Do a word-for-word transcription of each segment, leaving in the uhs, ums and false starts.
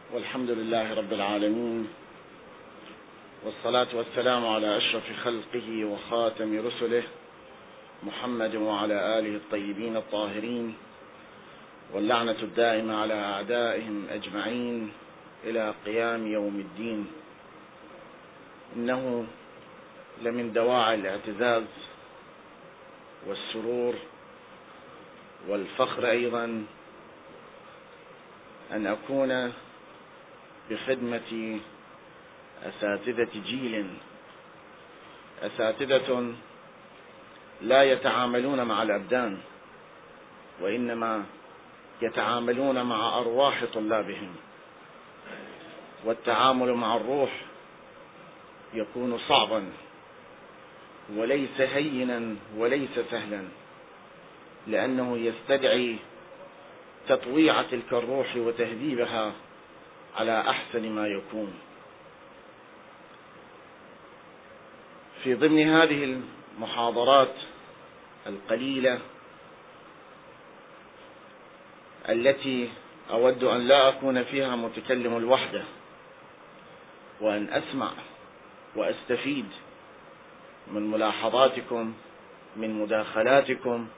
والحمد لله رب العالمين، والصلاة والسلام على أشرف خلقه وخاتم رسله محمد وعلى آله الطيبين الطاهرين، واللعنة الدائمة على أعدائهم أجمعين إلى قيام يوم الدين. إنه لمن دواعي الاعتزاز والسرور والفخر أيضا أن أكون بخدمة أساتذة جيل، أساتذة لا يتعاملون مع الأبدان وإنما يتعاملون مع أرواح طلابهم، والتعامل مع الروح يكون صعبا وليس هينا وليس سهلا، لأنه يستدعي تطويع تلك الروح وتهذيبها على أحسن ما يكون. في ضمن هذه المحاضرات القليلة التي أود أن لا أكون فيها متكلم الوحدة، وأن أسمع وأستفيد من ملاحظاتكم، من مداخلاتكم،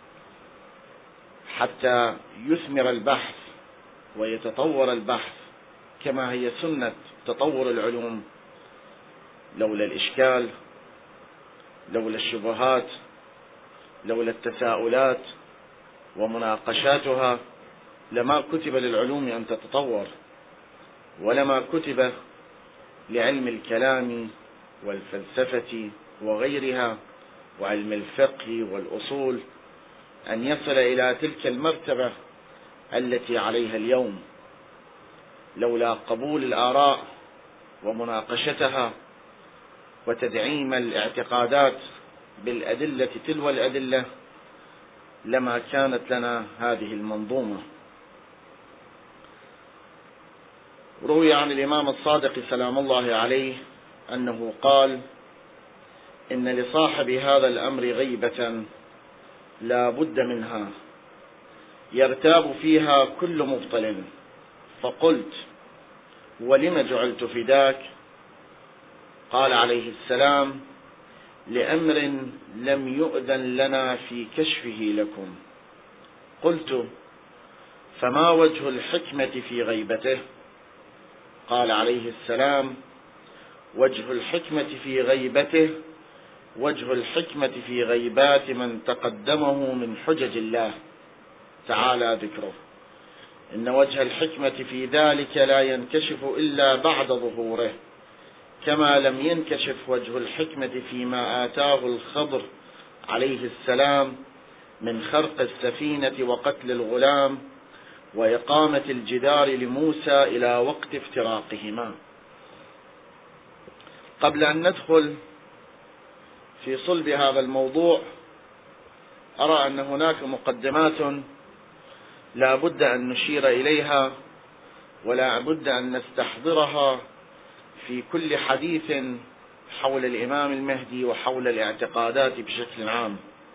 حتى يثمر البحث ويتطور البحث كما هي سنة تطور العلوم، لولا الإشكال، لولا الشبهات، لولا التساؤلات ومناقشاتها لما كتب للعلوم أن تتطور، ولما كتب لعلم الكلام والفلسفة وغيرها وعلم الفقه والأصول أن يصل إلى تلك المرتبة التي عليها اليوم، لولا قبول الآراء ومناقشتها وتدعيم الاعتقادات بالأدلة تلو الأدلة لما كانت لنا هذه المنظومة. روي عن الإمام الصادق سلام الله عليه أنه قال: إن لصاحب هذا الأمر غيبة لا بد منها، يرتاب فيها كل مبطل، فقلت: ولم جعلت فداك؟ قال عليه السلام: لأمر لم يؤذن لنا في كشفه لكم. قلت: فما وجه الحكمة في غيبته؟ قال عليه السلام: وجه الحكمة في غيبته وجه الحكمة في غيبات من تقدمه من حجج الله تعالى ذكره، إن وجه الحكمة في ذلك لا ينكشف إلا بعد ظهوره، كما لم ينكشف وجه الحكمة فيما آتاه الخضر عليه السلام من خرق السفينة وقتل الغلام وإقامة الجدار لموسى إلى وقت افتراقهما. قبل أن ندخل في صلب هذا الموضوع، أرى أن هناك مقدمات لا بد أن نشير إليها ولا بد أن نستحضرها في كل حديث حول الإمام المهدي وحول الاعتقادات بشكل عام.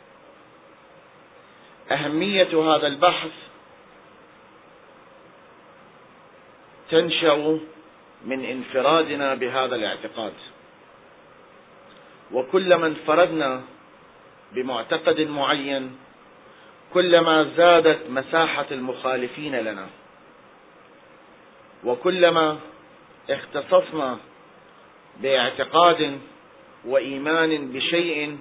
أهمية هذا البحث تنشأ من انفرادنا بهذا الاعتقاد، وكلما انفردنا بمعتقد معين كلما زادت مساحة المخالفين لنا، وكلما اختصصنا باعتقاد وإيمان بشيء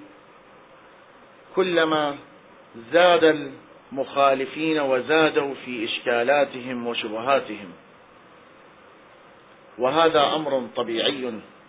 كلما زاد المخالفين وزادوا في إشكالاتهم وشبهاتهم، وهذا أمر طبيعي.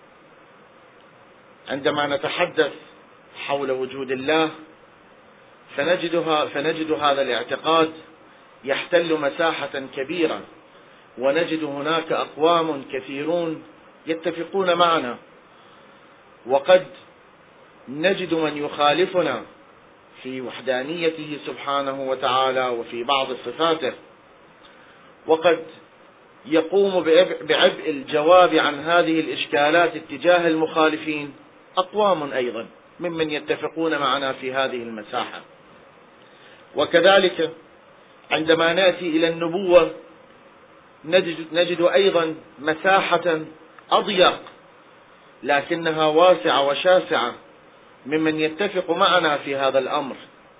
عندما نتحدث حول وجود الله فنجدها فنجد هذا الاعتقاد يحتل مساحة كبيرة، ونجد هناك أقوام كثيرون يتفقون معنا، وقد نجد من يخالفنا في وحدانيته سبحانه وتعالى وفي بعض صفاته، وقد يقوم بعبء الجواب عن هذه الإشكالات اتجاه المخالفين أقوام أيضا ممن يتفقون معنا في هذه المساحة. وكذلك عندما نأتي إلى النبوة نجد, نجد أيضا مساحة أضيق لكنها واسعة وشاسعة ممن يتفق معنا في هذا الأمر.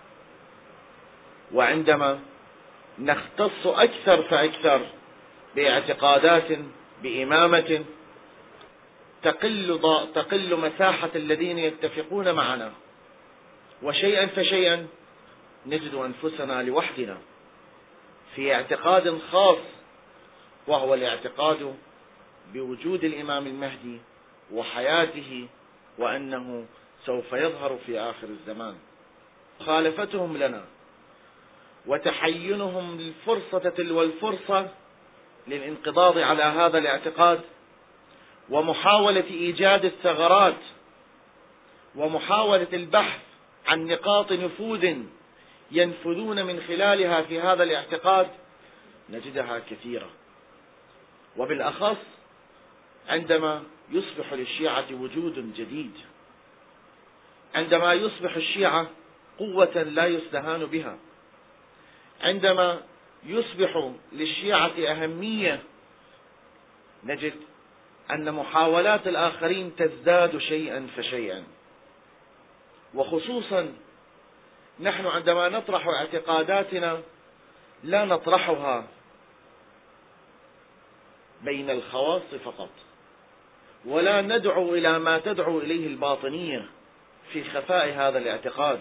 وعندما نختص أكثر فأكثر باعتقادات بإمامة تقل, تقل مساحة الذين يتفقون معنا، وشيئا فشيئا نجد أنفسنا لوحدنا في اعتقاد خاص، وهو الاعتقاد بوجود الإمام المهدي وحياته وأنه سوف يظهر في آخر الزمان. مخالفتهم لنا وتحينهم الفرصة تلو الفرصة للانقضاض على هذا الاعتقاد ومحاولة إيجاد الثغرات ومحاولة البحث عن نقاط نفوذ ينفذون من خلالها في هذا الاعتقاد نجدها كثيرة، وبالأخص عندما يصبح للشيعة وجود جديد، عندما يصبح الشيعة قوة لا يستهان بها، عندما يصبح للشيعة أهمية، نجد أن محاولات الآخرين تزداد شيئا فشيئا. وخصوصا نحن عندما نطرح اعتقاداتنا لا نطرحها بين الخواص فقط، ولا ندعو إلى ما تدعو إليه الباطنية في خفاء هذا الاعتقاد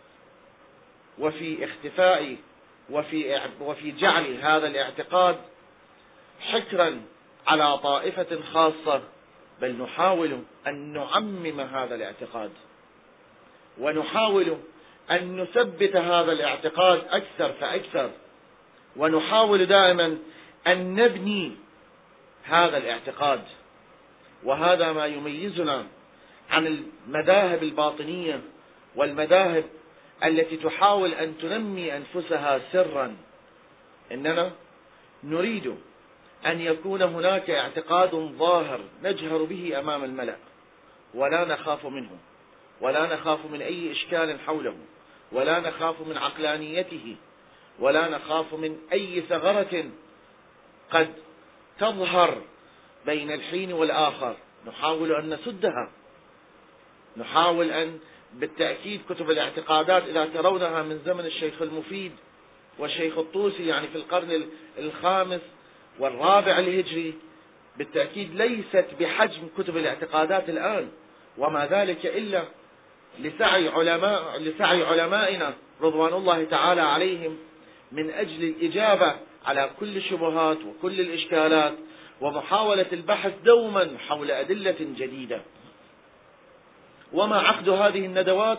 وفي اختفاء وفي وفي جعل هذا الاعتقاد حكرا على طائفة خاصة، بل نحاول أن نعمم هذا الاعتقاد ونحاول أن نثبت هذا الاعتقاد أكثر فأكثر، ونحاول دائما أن نبني هذا الاعتقاد. وهذا ما يميزنا عن المذاهب الباطنية والمذاهب التي تحاول أن تنمي أنفسها سرا. إننا نريد أن يكون هناك اعتقاد ظاهر نجهر به أمام الملأ ولا نخاف منه، ولا نخاف من أي إشكال حوله، ولا نخاف من عقلانيته، ولا نخاف من أي ثغرة قد تظهر بين الحين والآخر. نحاول أن نسدها، نحاول أن بالتأكيد كتب الاعتقادات إذا ترونها من زمن الشيخ المفيد والشيخ الطوسي، يعني في القرن الخامس والرابع الهجري، بالتأكيد ليست بحجم كتب الاعتقادات الآن، وما ذلك إلا لسعي علماء لسعي علمائنا رضوان الله تعالى عليهم من أجل الإجابة على كل الشبهات وكل الإشكالات ومحاولة البحث دوما حول أدلة جديدة. وما عقد هذه الندوات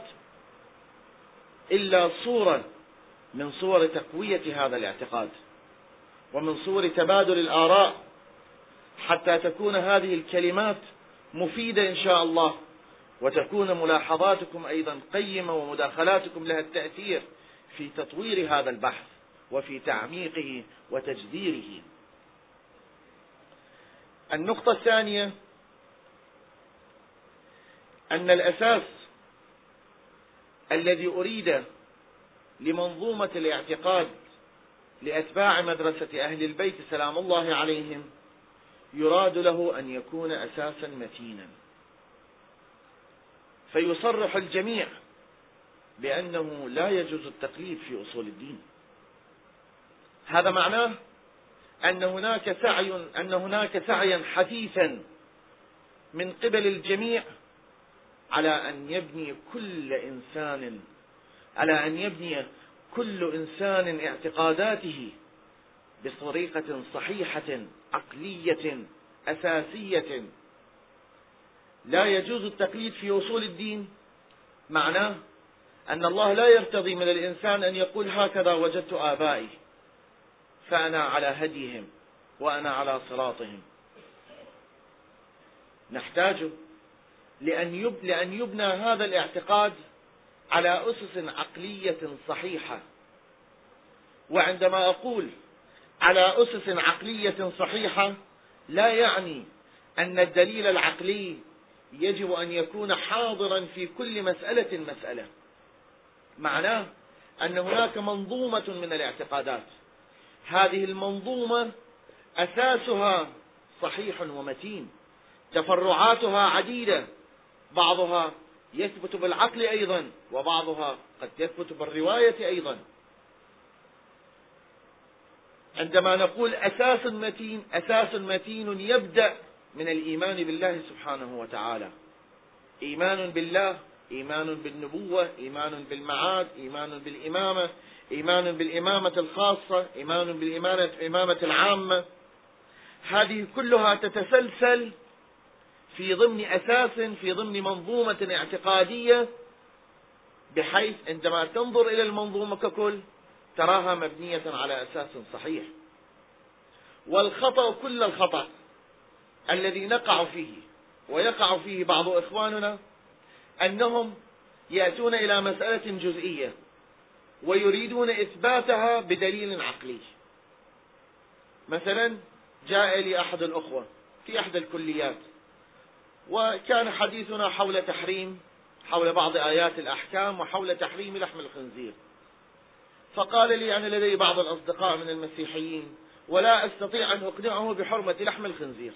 إلا صورة من صور تقوية هذا الاعتقاد ومن صور تبادل الآراء، حتى تكون هذه الكلمات مفيدة إن شاء الله، وتكون ملاحظاتكم أيضا قيمة ومداخلاتكم لها التأثير في تطوير هذا البحث وفي تعميقه وتجذيره. النقطة الثانية أن الأساس الذي أريد لمنظومة الاعتقاد لأتباع مدرسة أهل البيت سلام الله عليهم يراد له أن يكون أساسا متينا، فيصرح الجميع بأنه لا يجوز التقليد في أصول الدين. هذا معناه أن هناك سعي أن هناك سعيا حثيثا من قبل الجميع على أن يبني كل إنسان على أن يبني كل إنسان اعتقاداته بطريقة صحيحة عقلية أساسية. لا يجوز التقليد في أصول الدين معناه أن الله لا يرتضي من الإنسان أن يقول هكذا وجدت آبائي فأنا على هديهم وأنا على صراطهم. نحتاج لأن يبنى هذا الاعتقاد على أسس عقلية صحيحة. وعندما أقول على أسس عقلية صحيحة لا يعني أن الدليل العقلي يجب أن يكون حاضرا في كل مسألة مسألة. معناه أن هناك منظومة من الاعتقادات، هذه المنظومة أساسها صحيح ومتين، تفرعاتها عديدة، بعضها يثبت بالعقل أيضا، وبعضها قد يثبت بالرواية أيضا. عندما نقول أساس متين، أساس متين يبدأ من الإيمان بالله سبحانه وتعالى، إيمان بالله، إيمان بالنبوة، إيمان بالمعاد، إيمان بالإمامة، إيمان بالإمامة الخاصة، إيمان بالإمامة العامة. هذه كلها تتسلسل في ضمن أساس، في ضمن منظومة اعتقادية، بحيث عندما تنظر إلى المنظومة ككل تراها مبنية على أساس صحيح. والخطأ، كل الخطأ الذي نقع فيه ويقع فيه بعض إخواننا، أنهم يأتون إلى مسألة جزئية ويريدون إثباتها بدليل عقلي. مثلا جاء لي أحد الأخوة في أحد الكليات، وكان حديثنا حول تحريم، حول بعض آيات الأحكام وحول تحريم لحم الخنزير، فقال لي أنا لدي بعض الأصدقاء من المسيحيين ولا أستطيع أن أقنعه بحرمة لحم الخنزير.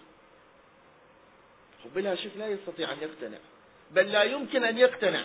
بلا شك لا يستطيع أن يقتنع، بل لا يمكن أن يقتنع،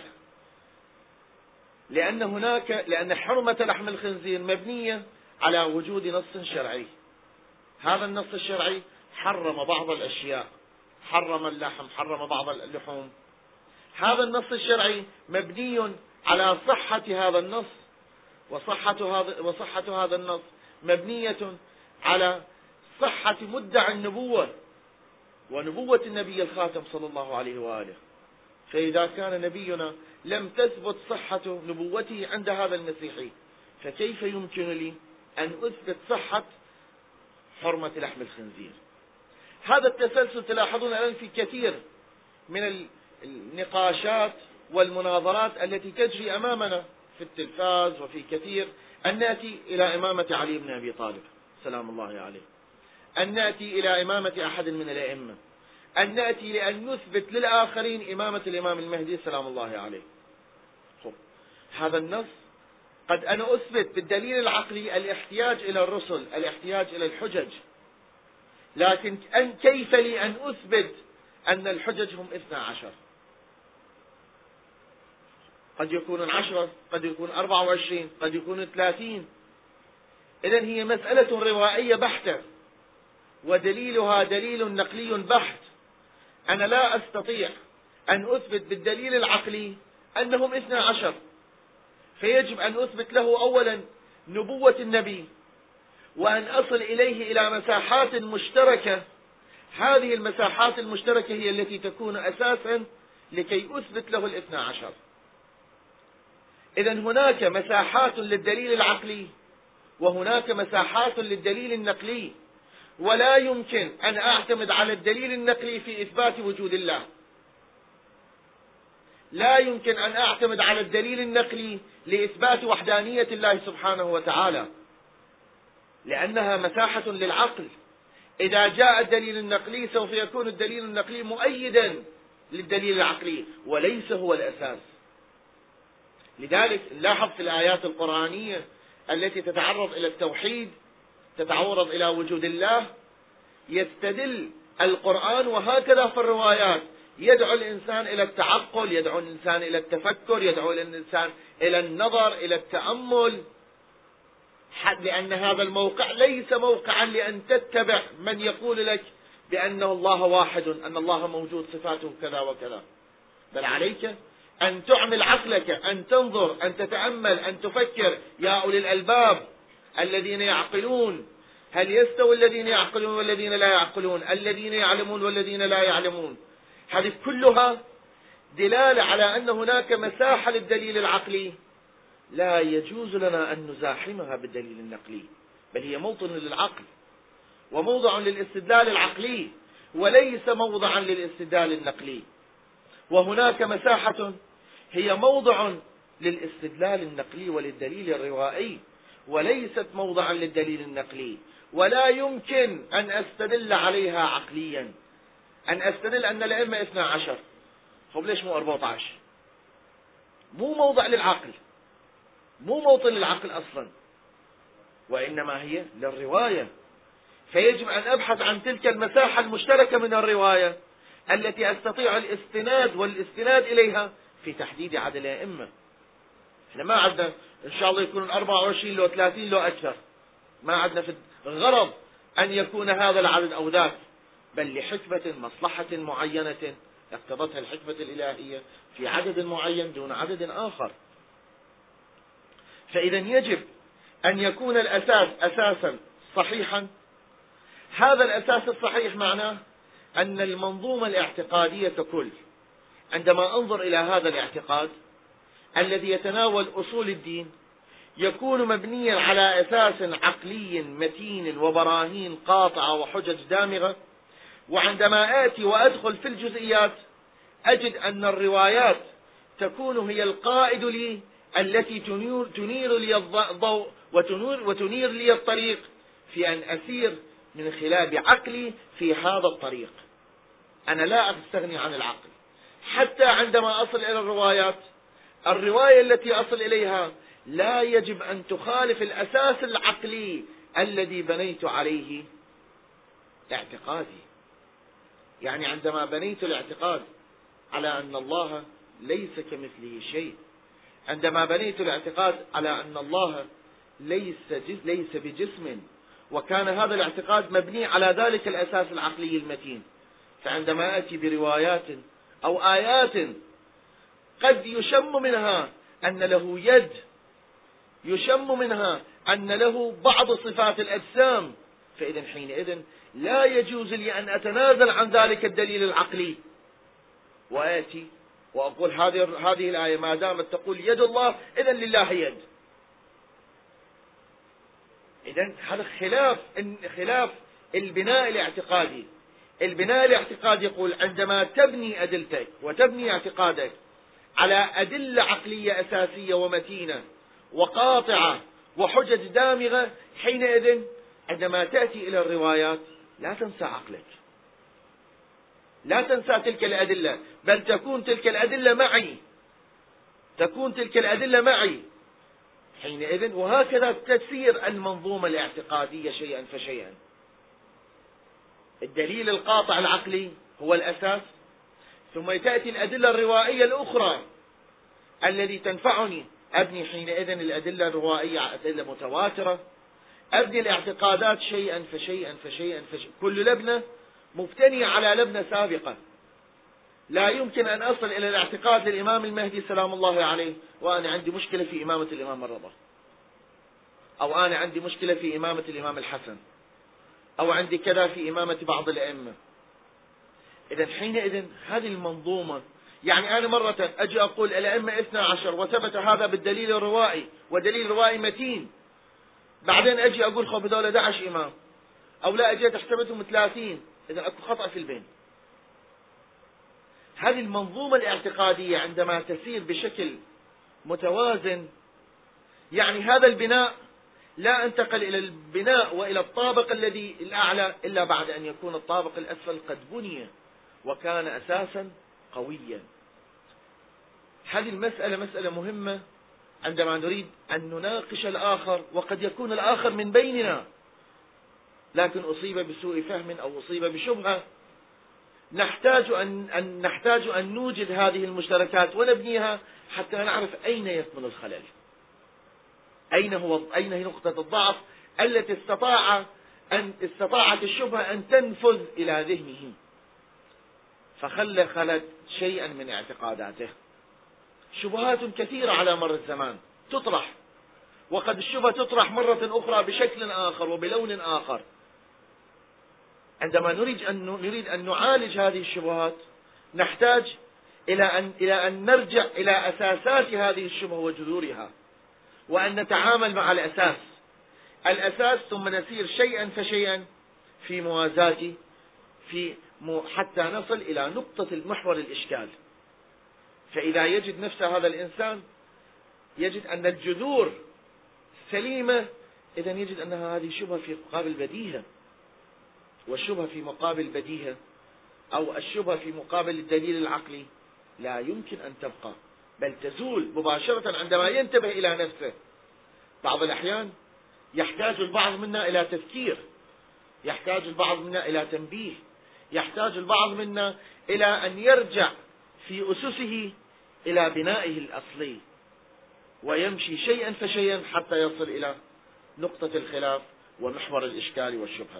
لأن هناك لأن حرمة لحم الخنزير مبنية على وجود نص شرعي. هذا النص الشرعي حرم بعض الأشياء، حرم اللحم، حرم بعض اللحوم. هذا النص الشرعي مبني على صحة هذا النص، وصحة هذا وصحة هذا النص مبنية على صحة مدعي النبوة ونبوة النبي الخاتم صلى الله عليه وآله. فإذا كان نبينا لم تثبت صحة نبوته عند هذا المسيحي، فكيف يمكن لي أن أثبت صحة حرمة لحم الخنزير؟ هذا التسلسل تلاحظون الآن في كثير من النقاشات والمناظرات التي تجري أمامنا في التلفاز وفي كثير، أن نأتي إلى إمامة علي بن أبي طالب سلام الله عليه، أن نأتي إلى إمامة أحد من الأئمة، أن نأتي لأن نثبت للآخرين إمامة الإمام المهدي سلام الله عليه. خب. هذا النص قد أنا أثبت بالدليل العقلي الاحتياج إلى الرسل، الاحتياج إلى الحجج، لكن أن كيف لي أن أثبت أن الحجج هم اثنا عشر؟ قد يكون عشرة، قد يكون أربعة وعشرين، قد يكون ثلاثين. إذن هي مسألة روائية بحتة، ودليلها دليل نقلي بحت. أنا لا أستطيع أن أثبت بالدليل العقلي أنهم اثنا عشر، فيجب أن أثبت له أولا نبوة النبي، وأن أصل إليه إلى مساحات مشتركة. هذه المساحات المشتركة هي التي تكون أساسا لكي أثبت له الاثنى عشر. إذن هناك مساحات للدليل العقلي وهناك مساحات للدليل النقلي، ولا يمكن أن أعتمد على الدليل النقلي في إثبات وجود الله، لا يمكن أن أعتمد على الدليل النقلي لإثبات وحدانية الله سبحانه وتعالى، لأنها مساحة للعقل. إذا جاء الدليل النقلي سوف يكون الدليل النقلي مؤيدا للدليل العقلي وليس هو الأساس. لذلك نلاحظ في الآيات القرآنية التي تتعرض إلى التوحيد، تتعرض إلى وجود الله، يستدل القرآن وهكذا في الروايات، يدعو الإنسان إلى التعقل، يدعو الإنسان إلى التفكر، يدعو الإنسان إلى النظر، إلى التأمل، لأن هذا الموقع ليس موقعا لأن تتبع من يقول لك بأن الله واحد، أن الله موجود، صفاته كذا وكذا، بل عليك أن تعمل عقلك، أن تنظر، أن تتأمل، أن تفكر. يا أولي الألباب الذين يعقلون، هل يستوي الذين يعقلون والذين لا يعقلون، الذين يعلمون والذين لا يعلمون؟ هذه كلها دلالة على أن هناك مساحة للدليل العقلي لا يجوز لنا أن نزاحمها بالدليل النقلي، بل هي موطن للعقل وموضع للاستدلال العقلي وليس موضعا للاستدلال النقلي. وهناك مساحة هي موضع للاستدلال النقلي وللدليل الروائي وليست موضعا للدليل النقلي، ولا يمكن أن أستدل عليها عقليا، أن أستدل أن الأئمة اثنا عشر. طب ليش مو أربعة عشر؟ مو موضع للعقل، مو موطن للعقل أصلا، وإنما هي للرواية. فيجب أن أبحث عن تلك المساحة المشتركة من الرواية التي أستطيع الاستناد والاستناد إليها في تحديد عدد الأئمة. احنا ما عندنا إن شاء الله يكون أربعة وعشرين لو ثلاثين لو أكثر، ما عندنا في الغرض أن يكون هذا العدد أو ذاك، بل لحكمة مصلحة معينة اقتضتها الحكمة الإلهية في عدد معين دون عدد آخر. فإذا يجب أن يكون الأساس أساسا صحيحا. هذا الأساس الصحيح معناه أن المنظومة الاعتقادية ككل، عندما أنظر إلى هذا الاعتقاد الذي يتناول أصول الدين، يكون مبنيا على أساس عقلي متين وبراهين قاطعة وحجج دامغة. وعندما آتي وأدخل في الجزئيات أجد أن الروايات تكون هي القائد لي، التي تنير, تنير لي الضوء وتنير, وتنير لي الطريق في أن أسير من خلال عقلي في هذا الطريق. أنا لا أستغني عن العقل حتى عندما أصل إلى الروايات. الرواية التي أصل إليها لا يجب أن تخالف الأساس العقلي الذي بنيت عليه اعتقادي. يعني عندما بنيت الاعتقاد على أن الله ليس كمثله شيء، عندما بنيت الاعتقاد على أن الله ليس ليس بجسم، وكان هذا الاعتقاد مبني على ذلك الأساس العقلي المتين، فعندما أتي بروايات أو آيات قد يشم منها أن له يد، يشم منها أن له بعض صفات الأجسام، فإذا حينئذ لا يجوز لي أن أتنازل عن ذلك الدليل العقلي وآتي وأقول هذه هذه الآية ما دامت تقول يد الله إذا لله يد. إذا هذا خلاف خلاف البناء الاعتقادي. البناء الاعتقادي يقول عندما تبني أدلتك وتبني اعتقادك على أدلة عقلية أساسية ومتينة وقاطعة وحجج دامغة، حينئذ عندما تأتي إلى الروايات لا تنسى عقلك، لا تنسى تلك الأدلة، بل تكون تلك الأدلة معي، تكون تلك الأدلة معي حينئذ. وهكذا تسير المنظومة الاعتقادية شيئا فشيئا. الدليل القاطع العقلي هو الأساس، ثم تأتي الأدلة الروائية الأخرى التي تنفعني. أبني حينئذ الأدلة الروائية أدلة متواترة، أبني الاعتقادات شيئا فشيئا فشيئا فشيئا، كل لبنة مبتنية على لبنة سابقة. لا يمكن أن أصل إلى الاعتقاد للإمام المهدي سلام الله عليه وأنا عندي مشكلة في إمامة الإمام الرضا، أو أنا عندي مشكلة في إمامة الإمام الحسن، أو عندي كذا في إمامة بعض الأئمة. إذا حينئذ هذه المنظومة، يعني أنا مرة أجي أقول الأئمة اثنا عشر وثبت هذا بالدليل الروائي ودليل روائي متين، بعدين أجي أقول خب هذول أحد عشر إمام، أو لا أجي تحسبتهم ثلاثين، إذا أكو خطأ في البين. هذه المنظومة الاعتقادية عندما تسير بشكل متوازن، يعني هذا البناء لا انتقل إلى البناء وإلى الطابق الذي الأعلى إلا بعد أن يكون الطابق الأسفل قد بني وكان أساسا قويا. هذه المسألة مسألة مهمة عندما نريد أن نناقش الآخر، وقد يكون الآخر من بيننا لكن أصيب بسوء فهم أو أصيب بشبهة. نحتاج أن, أن نحتاج أن نوجد هذه المشتركات ونبنيها حتى نعرف أين يكمن الخلل، أين هو أين هي نقطة الضعف التي استطاع أن استطاعت الشبهة أن تنفذ إلى ذهنه فخلى خلت شيئا من اعتقاداته. شبهات كثيرة على مر الزمان تطرح، وقد الشبهة تطرح مرة أخرى بشكل آخر وبلون آخر. عندما نريد أن نريد أن نعالج هذه الشبهات نحتاج إلى أن إلى أن نرجع إلى أساسات هذه الشبهة وجذورها، وأن نتعامل مع الأساس الأساس ثم نسير شيئا فشيئا في موازاة في حتى نصل إلى نقطة المحور الإشكال. فإذا يجد نفس هذا الإنسان يجد أن الجذور سليمة، إذا يجد أن هذه شبهة في مقابل بديهة، والشبهة في مقابل بديهة أو الشبهة في مقابل الدليل العقلي لا يمكن أن تبقى، بل تزول مباشرة عندما ينتبه إلى نفسه. بعض الأحيان يحتاج البعض منا إلى تفكير، يحتاج البعض منا إلى تنبيه، يحتاج البعض منا إلى أن يرجع في أسسه إلى بنائه الأصلي، ويمشي شيئا فشيئا حتى يصل إلى نقطة الخلاف ومحور الإشكال والشبهة.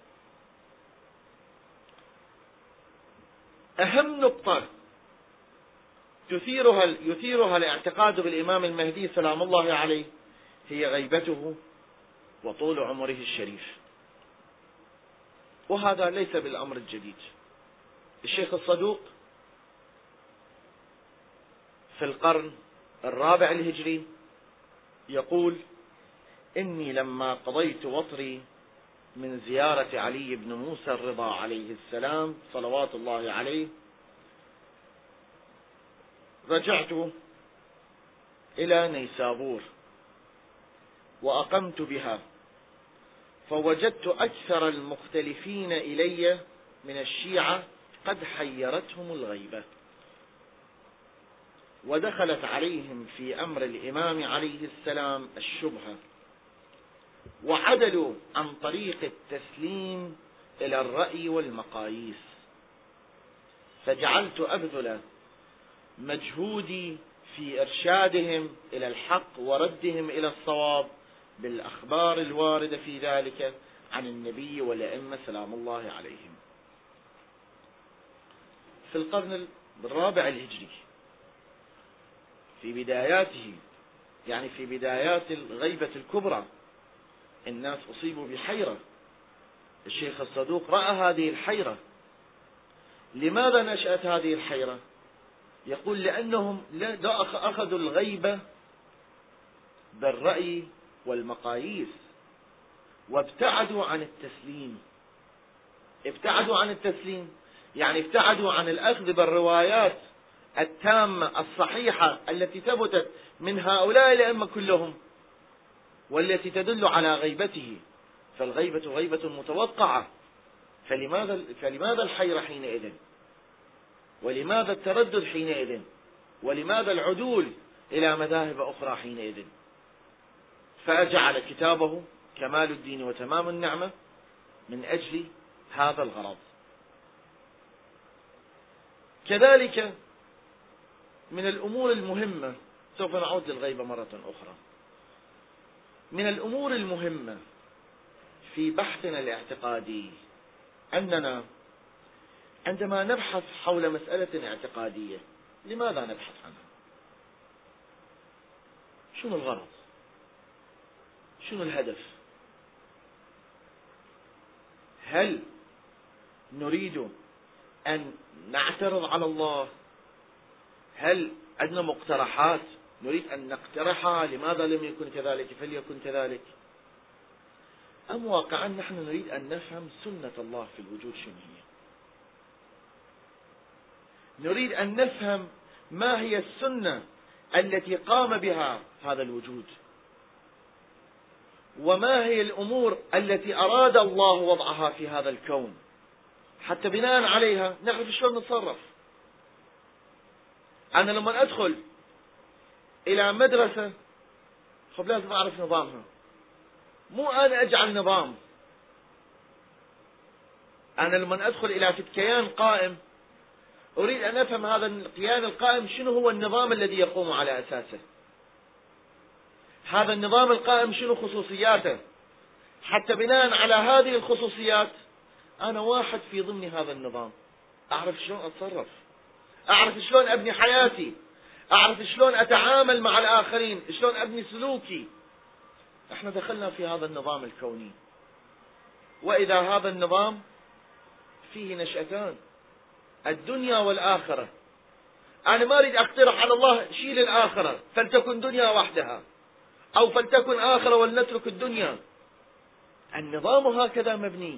أهم نقطة تثيرها يثيرها الاعتقاد بالإمام المهدي سلام الله عليه هي غيبته وطول عمره الشريف، وهذا ليس بالأمر الجديد. الشيخ الصدوق في القرن الرابع الهجري يقول: إني لما قضيت وطري من زيارة علي بن موسى الرضا عليه السلام صلوات الله عليه، رجعت إلى نيسابور وأقمت بها، فوجدت أكثر المختلفين إلي من الشيعة قد حيرتهم الغيبة، ودخلت عليهم في أمر الإمام عليه السلام الشبهة، وعدلوا عن طريق التسليم إلى الرأي والمقاييس، فجعلت أبذل مجهودي في إرشادهم إلى الحق وردهم إلى الصواب بالأخبار الواردة في ذلك عن النبي والأئمة سلام الله عليهم. في القرن الرابع الهجري في بداياته، يعني في بدايات الغيبة الكبرى، الناس أصيبوا بحيرة. الشيخ الصدوق رأى هذه الحيرة. لماذا نشأت هذه الحيرة؟ يقول: لأنهم أخذوا الغيبة بالرأي والمقاييس وابتعدوا عن التسليم. ابتعدوا عن التسليم يعني ابتعدوا عن الأخذ بالروايات التامة الصحيحة التي ثبتت من هؤلاء الأئمة كلهم والتي تدل على غيبته، فالغيبة غيبة متوقعة. فلماذا فلماذا الحيرة حينئذ؟ ولماذا التردد حينئذ؟ ولماذا العدول إلى مذاهب أخرى حينئذ؟ فأجعل كتابه كمال الدين وتمام النعمة من أجل هذا الغرض. كذلك من الأمور المهمة، سوف نعود للغيبة مرة أخرى، من الأمور المهمة في بحثنا الاعتقادي أننا عندما نبحث حول مسألة اعتقادية، لماذا نبحث عنها؟ شنو الغرض؟ شنو الهدف؟ هل نريد أن نعترض على الله؟ هل عندنا مقترحات نريد أن نقترحها؟ لماذا لم يكن كذلك فليكن كذلك؟ أم واقعا نحن نريد أن نفهم سنة الله في الوجود شنو هي؟ نريد أن نفهم ما هي السنة التي قام بها هذا الوجود، وما هي الأمور التي أراد الله وضعها في هذا الكون، حتى بناء عليها نعرف شلون نتصرف. أنا لما أدخل إلى مدرسة خب لازم أعرف نظامها، مو أنا أجعل نظام. أنا لما أدخل إلى كيان قائم أريد أن أفهم هذا الكيان القائم شنو هو النظام الذي يقوم على أساسه، هذا النظام القائم شنو خصوصياته، حتى بناء على هذه الخصوصيات أنا واحد في ضمن هذا النظام، أعرف شلون أتصرف، أعرف شلون أبني حياتي، أعرف شلون أتعامل مع الآخرين، شلون أبني سلوكي. احنا دخلنا في هذا النظام الكوني، وإذا هذا النظام فيه نشأتان، الدنيا والآخرة. أنا ما أريد أقترح على الله شيل الآخرة فلتكن دنيا وحدها، أو فلتكن آخرة ولنترك الدنيا. النظام هكذا مبني،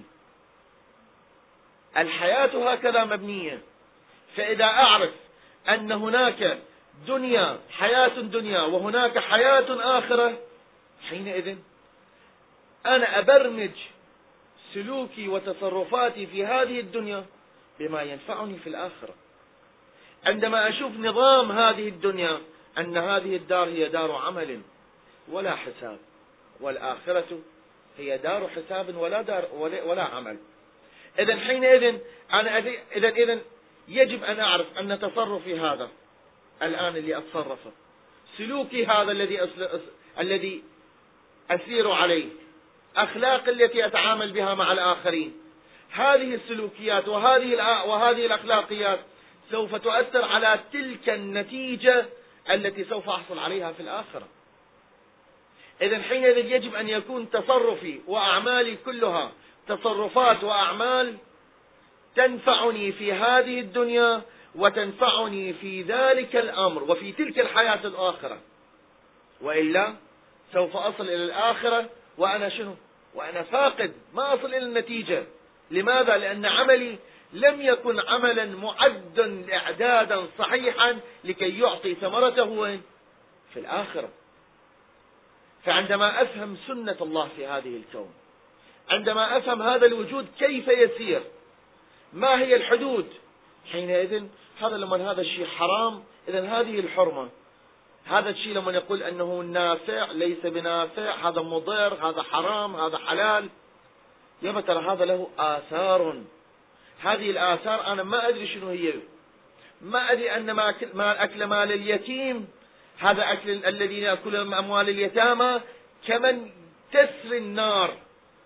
الحياة هكذا مبنية. فإذا أعرف أن هناك دنيا، حياة دنيا، وهناك حياة آخرة، حينئذ أنا أبرمج سلوكي وتصرفاتي في هذه الدنيا بما ينفعني في الآخرة. عندما أشوف نظام هذه الدنيا أن هذه الدار هي دار عمل ولا حساب، والآخرة هي دار حساب ولا دار ولا, ولا عمل. إذا حينئذ أنا إذا إذا يجب أن أعرف أن تصرفي هذا الآن اللي أتصرفه، سلوكي هذا الذي الذي أسير عليه، أخلاق التي أتعامل بها مع الآخرين، هذه السلوكيات وهذه وهذه الأخلاقيات سوف تؤثر على تلك النتيجة التي سوف أحصل عليها في الآخرة. إذا حينئذ يجب أن يكون تصرفي وأعمالي كلها تصرفات وأعمال تنفعني في هذه الدنيا وتنفعني في ذلك الأمر وفي تلك الحياة الآخرة، وإلا سوف أصل إلى الآخرة وأنا شنو؟ وأنا فاقد، ما أصل إلى النتيجة. لماذا؟ لأن عملي لم يكن عملا معدا إعدادا صحيحا لكي يعطي ثمرته وين؟ في الآخرة. فعندما أفهم سنة الله في هذه الكون، عندما أفهم هذا الوجود كيف يسير، ما هي الحدود، حينئذ هذا لما هذا الشيء حرام، إذن هذه الحرمة، هذا الشيء لما يقول أنه نافع ليس بنافع، هذا مضر، هذا حرام، هذا حلال، يبقى ترى هذا له آثار. هذه الآثار أنا ما أدري شنو هي، ما أدري أن ما أكل مال اليتيم، هذا أكل الذي يأكل أموال اليتامى كمن تسري النار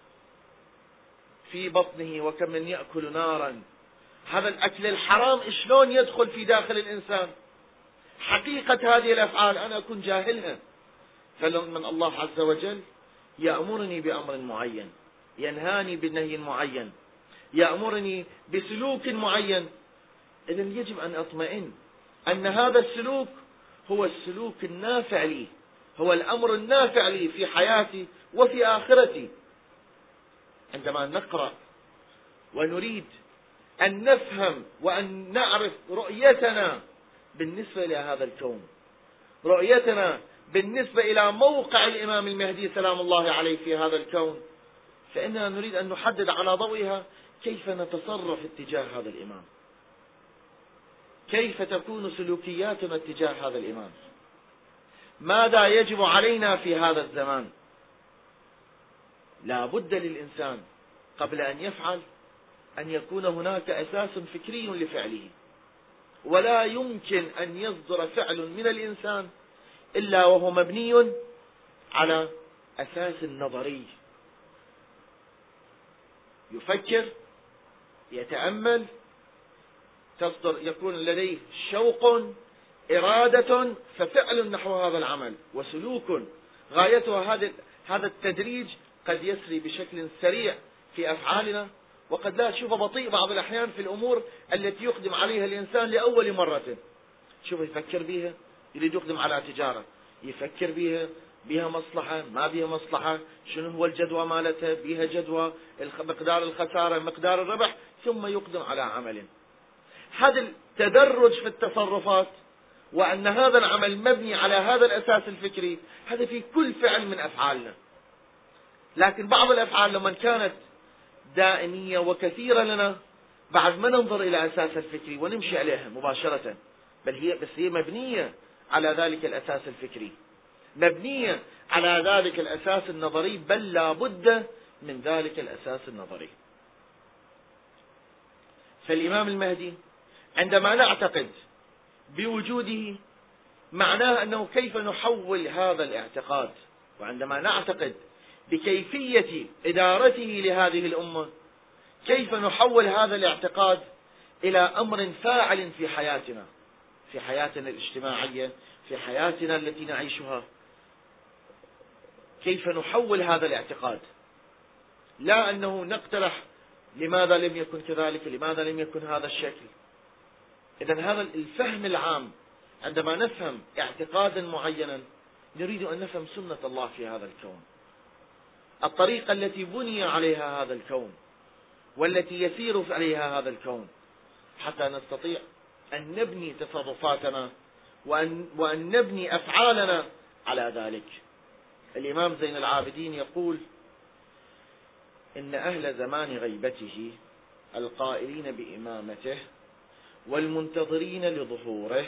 في بطنه وكمن يأكل نارا. هذا الأكل الحرام شلون يدخل في داخل الإنسان؟ حقيقة هذه الأفعال أنا أكون جاهلها، فمن الله عز وجل يأمرني بأمر معين، ينهاني بالنهي معين، يأمرني بسلوك معين، إذن يجب أن أطمئن أن هذا السلوك هو السلوك النافع لي، هو الأمر النافع لي في حياتي وفي آخرتي. عندما نقرأ ونريد أن نفهم وأن نعرف رؤيتنا بالنسبة إلى هذا الكون، رؤيتنا بالنسبة إلى موقع الإمام المهدي سلام الله عليه في هذا الكون، فإننا نريد أن نحدد على ضوئها كيف نتصرف اتجاه هذا الإمام، كيف تكون سلوكياتنا اتجاه هذا الإمام، ماذا يجب علينا في هذا الزمان. لا بد للإنسان قبل أن يفعل أن يكون هناك أساس فكري لفعله، ولا يمكن أن يصدر فعل من الإنسان إلا وهو مبني على أساس نظري، يفكر، يتأمل، تصدر يكون لديه شوق، إرادة، ففعل نحو هذا العمل، وسلوك غايته هذا هذا التدريج قد يسري بشكل سريع في أفعالنا، وقد لا تشوفه بطيء بعض الأحيان في الأمور التي يقدم عليها الإنسان لأول مرة. شوف يفكر بها، يريد يقدم على تجارة، يفكر بها، بها مصلحة ما بها مصلحة، شنو هو الجدوى مالتها، بها جدوى، مقدار الخسارة، مقدار الربح، ثم يقدم على عمل. هذا التدرج في التصرفات، وأن هذا العمل مبني على هذا الأساس الفكري، هذا في كل فعل من أفعالنا. لكن بعض الأفعال لما كانت دائمية وكثيرة لنا، بعد ما ننظر إلى أساس الفكري ونمشي عليها مباشرة، بل هي بس هي مبنية على ذلك الأساس الفكري، مبنية على ذلك الأساس النظري، بل لا بد من ذلك الأساس النظري. فالإمام المهدي عندما نعتقد بوجوده معناه أنه كيف نحول هذا الاعتقاد، وعندما نعتقد بكيفية إدارته لهذه الأمة كيف نحول هذا الاعتقاد إلى أمر فاعل في حياتنا، في حياتنا الاجتماعية، في حياتنا التي نعيشها، كيف نحول هذا الاعتقاد، لا أنه نقترح لماذا لم يكن كذلك، لماذا لم يكن هذا الشكل. إذن هذا الفهم العام، عندما نفهم اعتقادا معينا نريد أن نفهم سنة الله في هذا الكون، الطريقة التي بني عليها هذا الكون والتي يسير عليها هذا الكون، حتى نستطيع أن نبني تصرفاتنا وأن, وأن نبني أفعالنا على ذلك. الإمام زين العابدين يقول: إن أهل زمان غيبته القائلين بإمامته والمنتظرين لظهوره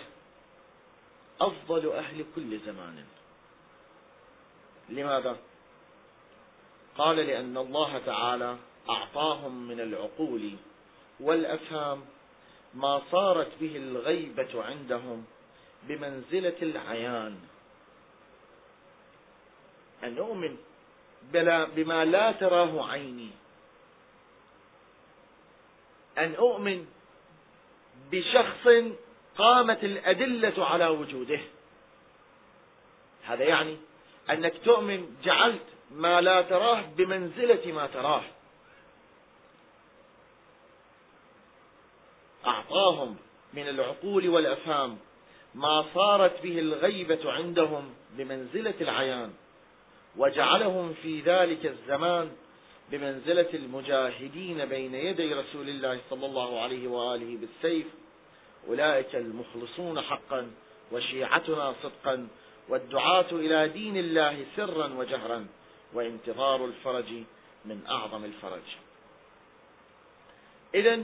أفضل أهل كل زمان. لماذا؟ قال لأن الله تعالى أعطاهم من العقول والأفهام ما صارت به الغيبة عندهم بمنزلة العيان، أن أؤمن بما لا تراه عيني، أن أؤمن بشخص قامت الأدلة على وجوده. هذا يعني أنك تؤمن جعلت ما لا تراه بمنزلة ما تراه. أعطاهم من العقول والأفهام ما صارت به الغيبة عندهم بمنزلة العيان، وجعلهم في ذلك الزمان بمنزلة المجاهدين بين يدي رسول الله صلى الله عليه وآله بالسيف، أولئك المخلصون حقا وشيعتنا صدقا، والدعاة إلى دين الله سرا وجهرا، وانتظار الفرج من أعظم الفرج. إذن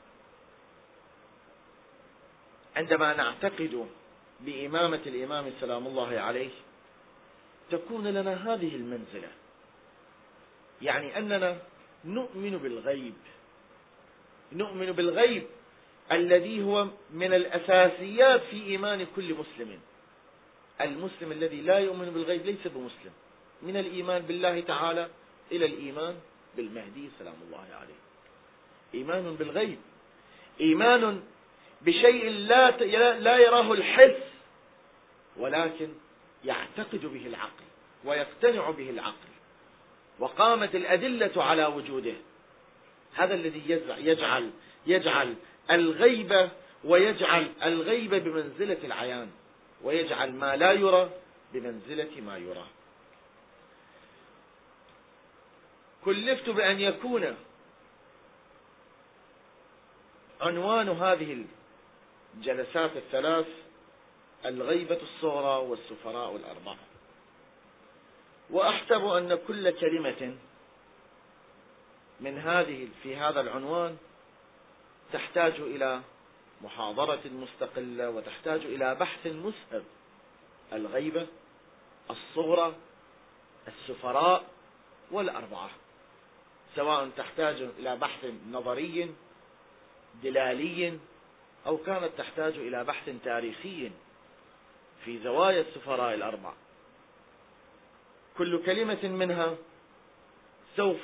عندما نعتقد بإمامة الإمام سلام الله عليه تكون لنا هذه المنزلة، يعني أننا نؤمن بالغيب، نؤمن بالغيب الذي هو من الأساسيات في إيمان كل مسلم. المسلم الذي لا يؤمن بالغيب ليس بمسلم، من الإيمان بالله تعالى إلى الإيمان بالمهدي سلام الله عليه. إيمان بالغيب، إيمان بشيء لا لا يراه الحس ولكن يعتقد به العقل ويقتنع به العقل، وقامت الأدلة على وجوده. هذا الذي يجعل يجعل الغيبة ويجعل الغيبة بمنزلة العيان، ويجعل ما لا يرى بمنزلة ما يرى. كلفت بأن يكون عنوان هذه الجلسات الثلاث الغيبة الصغرى والسفراء الأربعة، وأحسب أن كل كلمة من هذه في هذا العنوان تحتاج إلى محاضرة مستقلة وتحتاج إلى بحث مسهب. الغيبة الصغرى، السفراء والأربعة، سواء تحتاج إلى بحث نظري دلالي أو كانت تحتاج إلى بحث تاريخي في زوايا السفراء الأربعة. كل كلمة منها سوف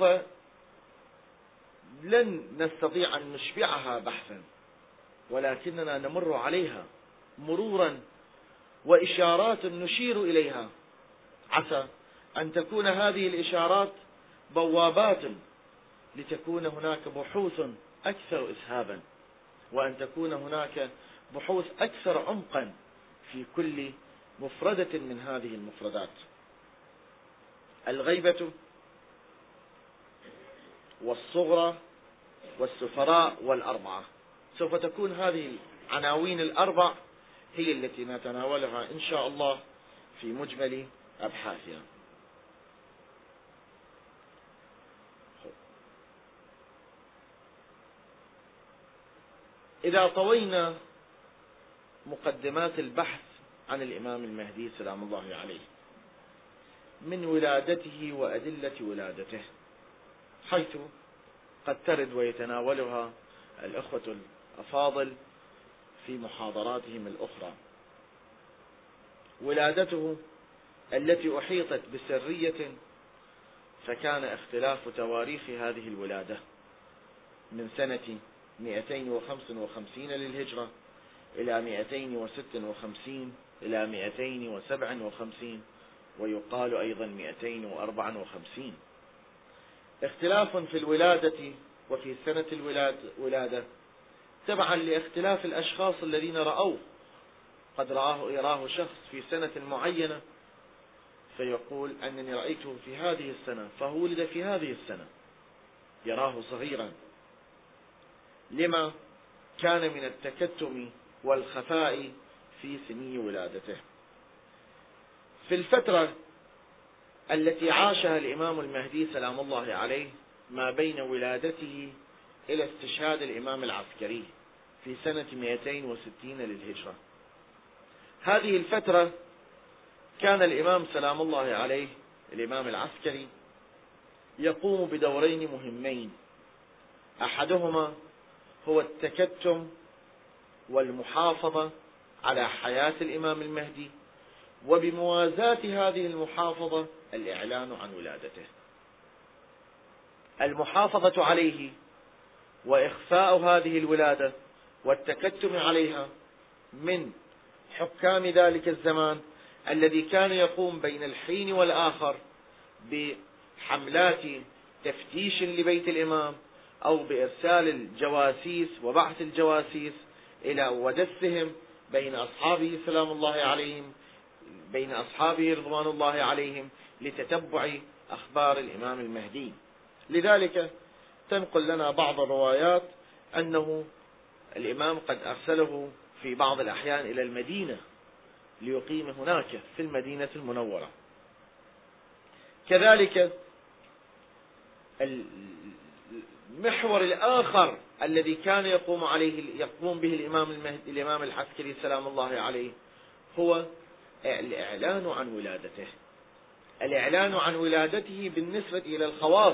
لن نستطيع أن نشبعها بحثا، ولكننا نمر عليها مرورا وإشارات نشير إليها، عسى أن تكون هذه الإشارات بوابات لتكون هناك بحوث أكثر إسهابا، وأن تكون هناك بحوث أكثر عمقا في كل مفردة من هذه المفردات. الغيبة والصغرى والسفراء والأربعة، سوف تكون هذه العناوين الأربع هي التي نتناولها إن شاء الله في مجمل أبحاثنا. إذا طوينا مقدمات البحث عن الإمام المهدي سلام الله عليه من ولادته وأدلة ولادته، حيث قد ترد ويتناولها الأخوة الأفاضل في محاضراتهم الأخرى. ولادته التي أحيطت بسرية، فكان اختلاف تواريخ هذه الولادة من سنة مئتين وخمس وخمسين للهجرة إلى مئتين وست وخمسين إلى مئتين وسبع وخمسين، ويقال أيضا مئتين وأربع وخمسين. اختلاف في الولادة وفي سنة الولادة تبعا لاختلاف الأشخاص الذين رأوه. قد رآه يراه شخص في سنة معينة فيقول أنني رأيته في هذه السنة، فهو ولد في هذه السنة، يراه صغيرا لما كان من التكتم والخفاء في سني ولادته. في الفترة التي عاشها الإمام المهدي سلام الله عليه ما بين ولادته إلى استشهاد الإمام العسكري في سنة مئتين وستين للهجرة، هذه الفترة كان الإمام سلام الله عليه الإمام العسكري يقوم بدورين مهمين، أحدهما هو التكتم والمحافظة على حياة الإمام المهدي، وبموازاة هذه المحافظة الإعلان عن ولادته. المحافظة عليه وإخفاء هذه الولادة والتكتم عليها من حكام ذلك الزمان الذي كان يقوم بين الحين والآخر بحملات تفتيش لبيت الإمام أو بإرسال الجواسيس وبعث الجواسيس إلى ودسهم بين أصحابه سلام الله عليهم بين أصحابه رضوان الله عليهم لتتبع أخبار الإمام المهدي. لذلك تنقل لنا بعض الروايات أنه الإمام قد أرسله في بعض الأحيان إلى المدينة ليقيم هناك في المدينة المنورة. كذلك المحور الآخر الذي كان يقوم عليه يقوم به الإمام المهدي الإمام العسكري سلام الله عليه هو الإعلان عن ولادته. الإعلان عن ولادته بالنسبة إلى الخواص،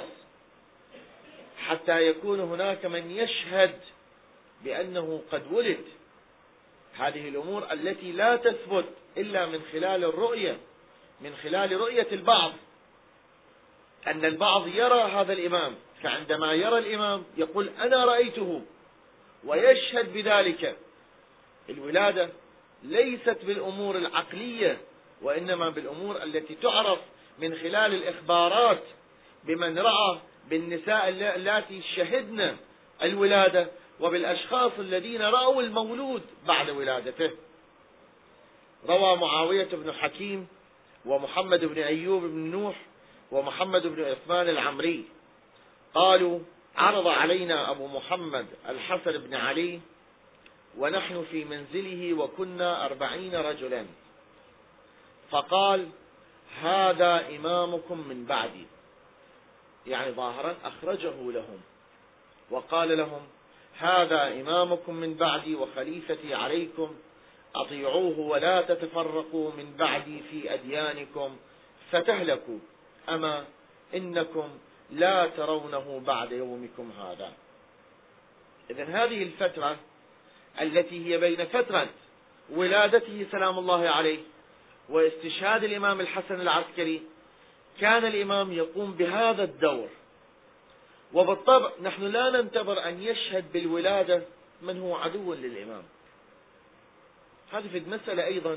حتى يكون هناك من يشهد بأنه قد ولد. هذه الأمور التي لا تثبت إلا من خلال الرؤية، من خلال رؤية البعض، أن البعض يرى هذا الإمام، فعندما يرى الإمام يقول أنا رأيته ويشهد بذلك. الولادة ليست بالأمور العقلية، وإنما بالأمور التي تعرف من خلال الإخبارات بمن رأى، بالنساء اللاتي شهدن الولادة، وبالأشخاص الذين رأوا المولود بعد ولادته. روى معاوية بن حكيم ومحمد بن أيوب بن نوح ومحمد بن عثمان العمري قالوا عرض علينا أبو محمد الحسن بن علي ونحن في منزله وكنا أربعين رجلا، فقال هذا إمامكم من بعدي، يعني ظاهرا أخرجه لهم وقال لهم هذا إمامكم من بعدي وخليفتي عليكم، أطيعوه ولا تتفرقوا من بعدي في أديانكم فتهلكوا، أما إنكم لا ترونه بعد يومكم هذا. إذن هذه الفترة التي هي بين فترة ولادته سلام الله عليه واستشهاد الإمام الحسن العسكري كان الإمام يقوم بهذا الدور. وبالطبع نحن لا ننتظر أن يشهد بالولادة من هو عدو للإمام. هذه المسألة أيضا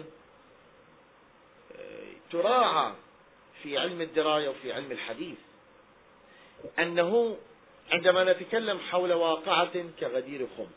تراعى في علم الدراية وفي علم الحديث، أنه عندما نتكلم حول واقعة كغدير خم،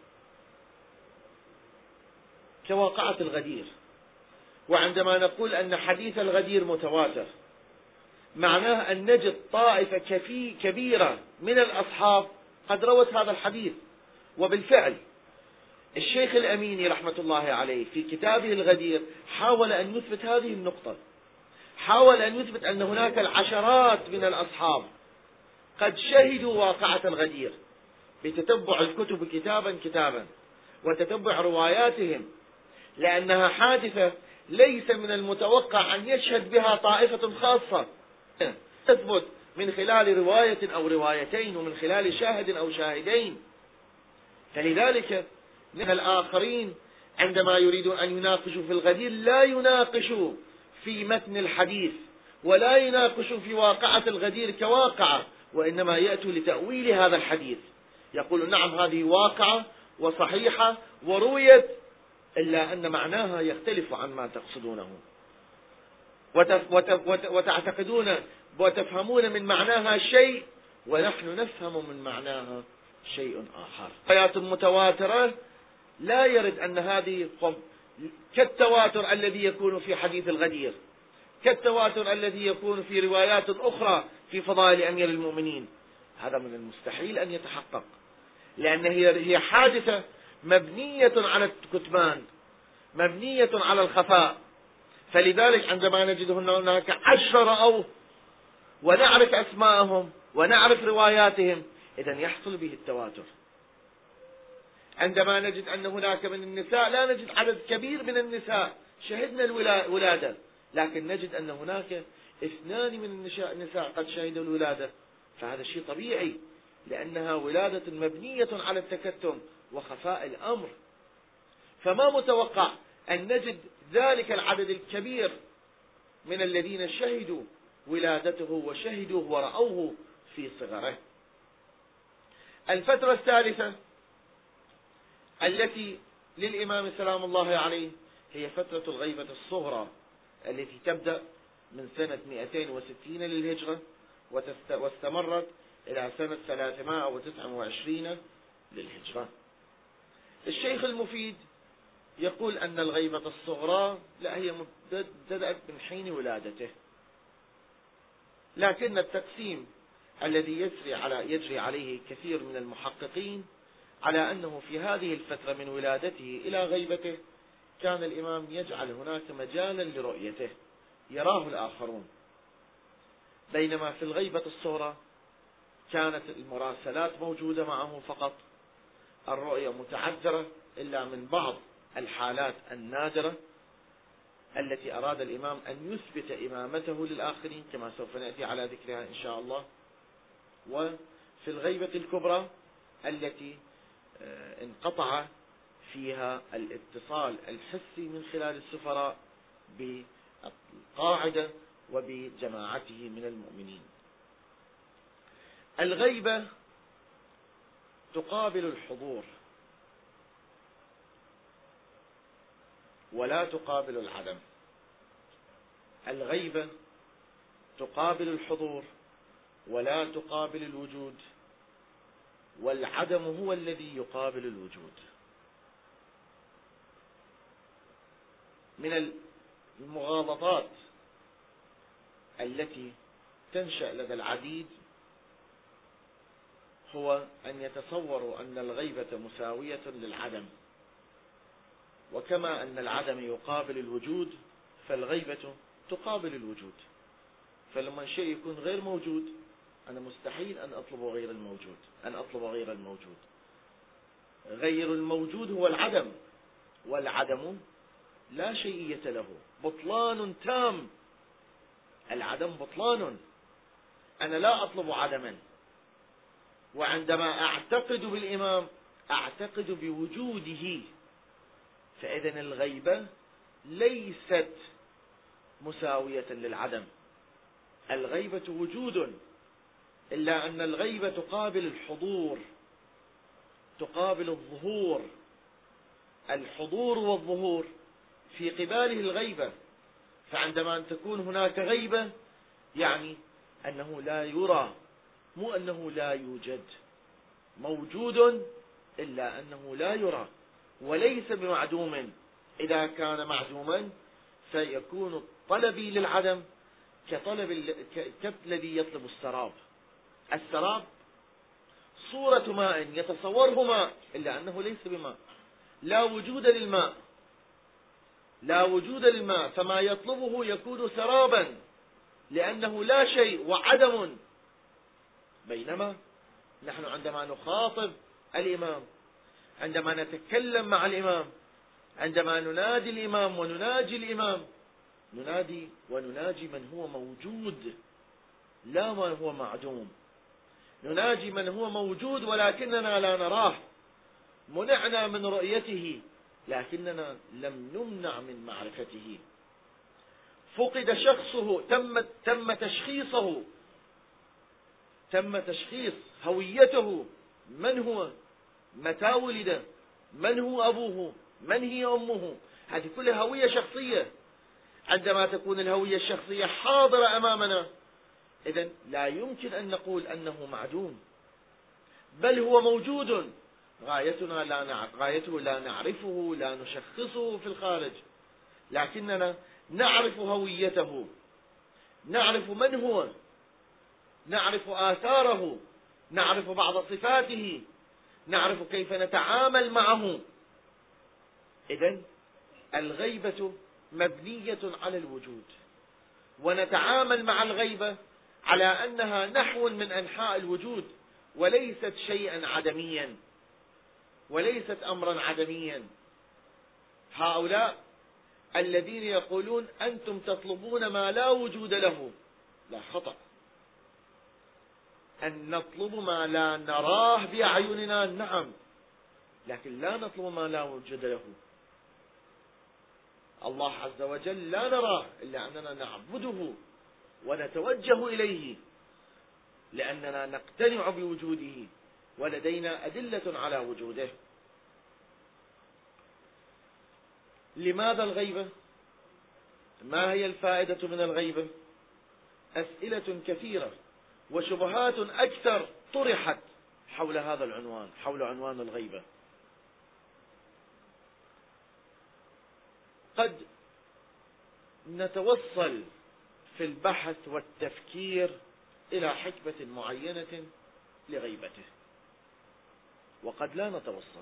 كواقعة الغدير، وعندما نقول أن حديث الغدير متواتر، معناه أن نجد طائفة كفي كبيرة من الأصحاب قد روت هذا الحديث. وبالفعل الشيخ الأميني رحمة الله عليه في كتابه الغدير حاول أن يثبت هذه النقطة، حاول أن يثبت أن هناك العشرات من الأصحاب قد شهدوا واقعة الغدير بتتبع الكتب كتابا كتابا وتتبع رواياتهم، لأنها حادثة ليس من المتوقع أن يشهد بها طائفة خاصة، تثبت من خلال رواية أو روايتين ومن خلال شاهد أو شاهدين. فلذلك من الآخرين عندما يريدون أن يناقشوا في الغدير لا يناقشوا في متن الحديث ولا يناقشوا في واقعة الغدير كواقعة، وإنما يأتوا لتأويل هذا الحديث، يقولون نعم هذه واقعة وصحيحة ورويت، إلا أن معناها يختلف عن ما تقصدونه وتعتقدون وتفهمون من معناها شيء ونحن نفهم من معناها شيء آخر. آيات متواترة لا يرد أن هذه كالتواتر الذي يكون في حديث الغدير، كالتواتر الذي يكون في روايات أخرى في فضائل أمير المؤمنين، هذا من المستحيل أن يتحقق، لأن هي حادثة مبنية على الكتمان، مبنية على الخفاء. فلذلك عندما نجد هناك عشرة أو ونعرف أسماءهم ونعرف رواياتهم، إذن يحصل به التواتر. عندما نجد أن هناك من النساء لا نجد عدد كبير من النساء شهدنا الولادة، لكن نجد أن هناك اثنان من النساء قد شهدوا الولادة، فهذا شيء طبيعي، لأنها ولادة مبنية على التكتم وخفاء الأمر. فما متوقع أن نجد ذلك العدد الكبير من الذين شهدوا ولادته وشهدوه ورأوه في صغره. الفترة الثالثة التي للإمام سلام الله عليه هي فترة الغيبة الصغرى، التي تبدأ من سنة مئتين وستين للهجرة واستمرت إلى سنة ثلاثمائة وتسعة وعشرين للهجرة. الشيخ المفيد يقول أن الغيبة الصغرى لا هي بدأت من حين ولادته، لكن التقسيم الذي يجري على يجري عليه كثير من المحققين على أنه في هذه الفترة من ولادته إلى غيبته كان الإمام يجعل هناك مجالا لرؤيته يراه الآخرون، بينما في الغيبة الصغرى كانت المراسلات موجودة معه فقط، الرؤية متعذرة إلا من بعض الحالات النادرة التي أراد الإمام أن يثبت إمامته للآخرين كما سوف نأتي على ذكرها إن شاء الله. وفي الغيبة الكبرى التي انقطع فيها الاتصال الحسي من خلال السفراء بالقاعدة وبجماعته من المؤمنين. الغيبة تقابل الحضور ولا تقابل العدم. الغيبة تقابل الحضور ولا تقابل الوجود، والعدم هو الذي يقابل الوجود. من المغالطات التي تنشأ لدى العديد هو أن يتصوروا أن الغيبة مساوية للعدم، وكما أن العدم يقابل الوجود فالغيبة تقابل الوجود. فلما شيء يكون غير موجود أنا مستحيل أن أطلب غير الموجود أن أطلب غير الموجود. غير الموجود هو العدم، والعدم لا شيئية له، بطلان تام. العدم بطلان، أنا لا أطلب عدما، وعندما أعتقد بالإمام أعتقد بوجوده. فإذن الغيبة ليست مساوية للعدم، الغيبة وجود، إلا أن الغيبة تقابل الحضور، تقابل الظهور. الحضور والظهور في قباله الغيبة، فعندما أن تكون هناك غيبة يعني أنه لا يرى، مو أنه لا يوجد، موجود إلا أنه لا يرى وليس بمعدوم. إذا كان معدوما سيكون الطلب للعدم كطلب كالذي يطلب السراب. السراب صورة ماء يتصوره ماء إلا أنه ليس بماء، لا وجود للماء، لا وجود للماء، فما يطلبه يكون سرابا لأنه لا شيء وعدم. بينما نحن عندما نخاطب الإمام، عندما نتكلم مع الإمام، عندما ننادي الإمام ونناجي الإمام، ننادي ونناجي من هو موجود لا من هو معدوم. نناجي من هو موجود ولكننا لا نراه، منعنا من رؤيته لكننا لم نمنع من معرفته. فقد شخصه، تم تم تشخيصه، تم تشخيص هويته، من هو، متى ولد، من هو أبوه، من هي أمه. هذه كلها هوية شخصية. عندما تكون الهوية الشخصية حاضرة أمامنا إذن لا يمكن أن نقول أنه معدوم، بل هو موجود. غايتنا لا نعرف غايته لا نعرفه، لا نشخصه في الخارج، لكننا نعرف هويته، نعرف من هو، نعرف آثاره، نعرف بعض صفاته، نعرف كيف نتعامل معه. إذن الغيبة مبنية على الوجود، ونتعامل مع الغيبة على أنها نحو من أنحاء الوجود، وليست شيئا عدميا، وليست أمرا عدميا. هؤلاء الذين يقولون أنتم تطلبون ما لا وجود له، لا، خطأ. أن نطلب ما لا نراه بأعيننا، نعم، لكن لا نطلب ما لا وجود له. الله عز وجل لا نراه إلا أننا نعبده ونتوجه إليه لأننا نقتنع بوجوده ولدينا أدلة على وجوده. لماذا الغيبة؟ ما هي الفائدة من الغيبة؟ أسئلة كثيرة وشبهات أكثر طرحت حول هذا العنوان، حول عنوان الغيبة. قد نتوصل في البحث والتفكير إلى حكمة معينة لغيبته، وقد لا نتوصل.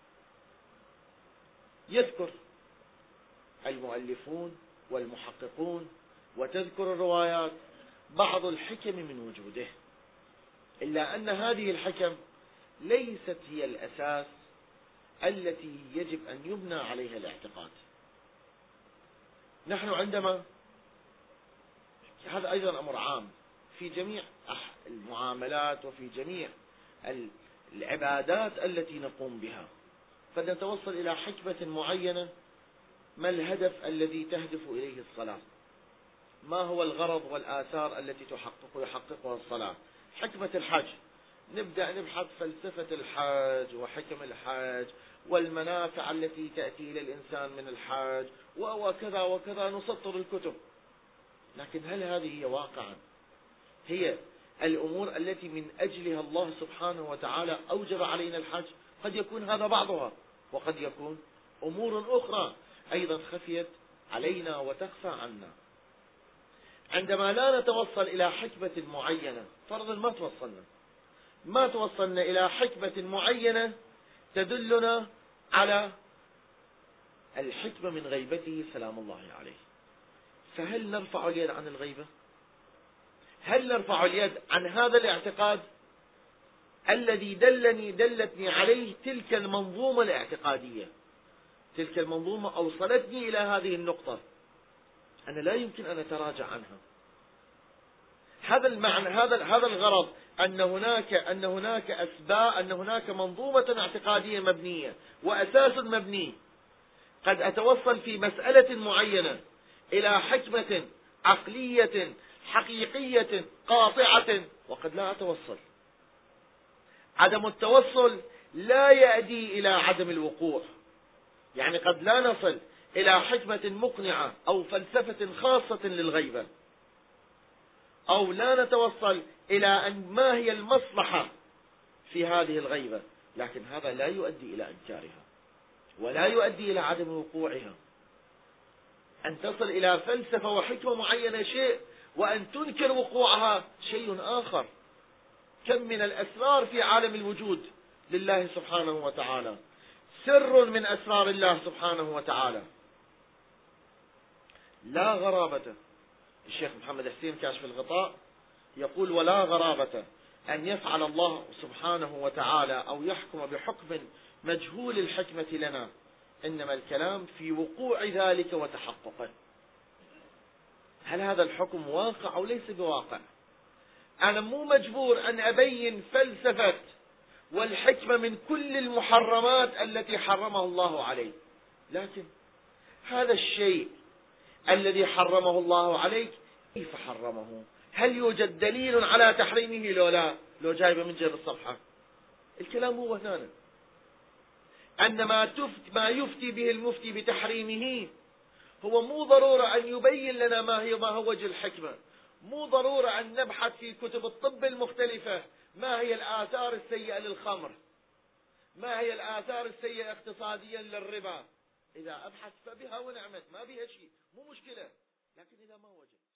يذكر المؤلفون والمحققون وتذكر الروايات بعض الحكم من وجوده، إلا أن هذه الحكم ليست هي الأساس التي يجب أن يبنى عليها الاعتقاد. نحن عندما، هذا أيضا أمر عام في جميع المعاملات وفي جميع العبادات التي نقوم بها، قد نتوصل إلى حكمة معينة. ما الهدف الذي تهدف إليه الصلاة؟ ما هو الغرض والآثار التي تحقق يحققها الصلاة؟ حكمة الحج، نبدأ نبحث فلسفة الحج وحكم الحج والمنافع التي تأتي إلى الإنسان من الحج وكذا وكذا، نسطر الكتب. لكن هل هذه هي واقعا هي الأمور التي من أجلها الله سبحانه وتعالى أوجب علينا الحج؟ قد يكون هذا بعضها، وقد يكون أمور أخرى أيضا خفيت علينا وتخفى عنا. عندما لا نتوصل إلى حكمة معينة، فرضا ما توصلنا ما توصلنا إلى حكمة معينة تدلنا على الحكمة من غيبته سلام الله عليه، فهل نرفع اليد عن الغيبة؟ هل نرفع اليد عن هذا الاعتقاد الذي دلني دلتني عليه تلك المنظومة الاعتقادية؟ تلك المنظومة أوصلتني إلى هذه النقطة، أنا لا يمكن أن أتراجع عنها. هذا المعنى، هذا هذا الغرض، أن هناك أن هناك أسباب، أن هناك منظومة اعتقادية مبنية وأساس مبني. قد أتوصل في مسألة معينة إلى حكمة عقلية حقيقية قاطعة، وقد لا أتوصل. عدم التوصل لا يؤدي إلى عدم الوقوع، يعني قد لا نصل إلى حكمة مقنعة أو فلسفة خاصة للغيبة، أو لا نتوصل إلى أن ما هي المصلحة في هذه الغيبة، لكن هذا لا يؤدي إلى إنكارها ولا يؤدي إلى عدم وقوعها. أن تصل إلى فلسفة وحكمة معينة شيء، وأن تنكر وقوعها شيء آخر. كم من الأسرار في عالم الوجود لله سبحانه وتعالى، سر من أسرار الله سبحانه وتعالى لا غرابة. الشيخ محمد حسين كاشف الغطاء يقول: ولا غرابة أن يفعل الله سبحانه وتعالى أو يحكم بحكم مجهول الحكمة لنا، إنما الكلام في وقوع ذلك وتحققه. هل هذا الحكم واقع أو ليس بواقع؟ أنا مو مجبور أن أبين فلسفة والحكمة من كل المحرمات التي حرمها الله عليه، لكن هذا الشيء الذي حرمه الله عليك كيف حرمه؟ هل يوجد دليل على تحريمه لو لا؟ لو جايبه من جنب الصفحة. الكلام هو هنا أن ما تفتي ما يفتي به المفتي بتحريمه هو مو ضرورة أن يبين لنا ما هي ما هو وجه الحكمة، مو ضرورة أن نبحث في كتب الطب المختلفة ما هي الآثار السيئة للخمر، ما هي الآثار السيئة اقتصاديا للربا. إذا أبحث فبها ونعمت، ما بها شيء، مو مشكلة، لكن إذا ما وجد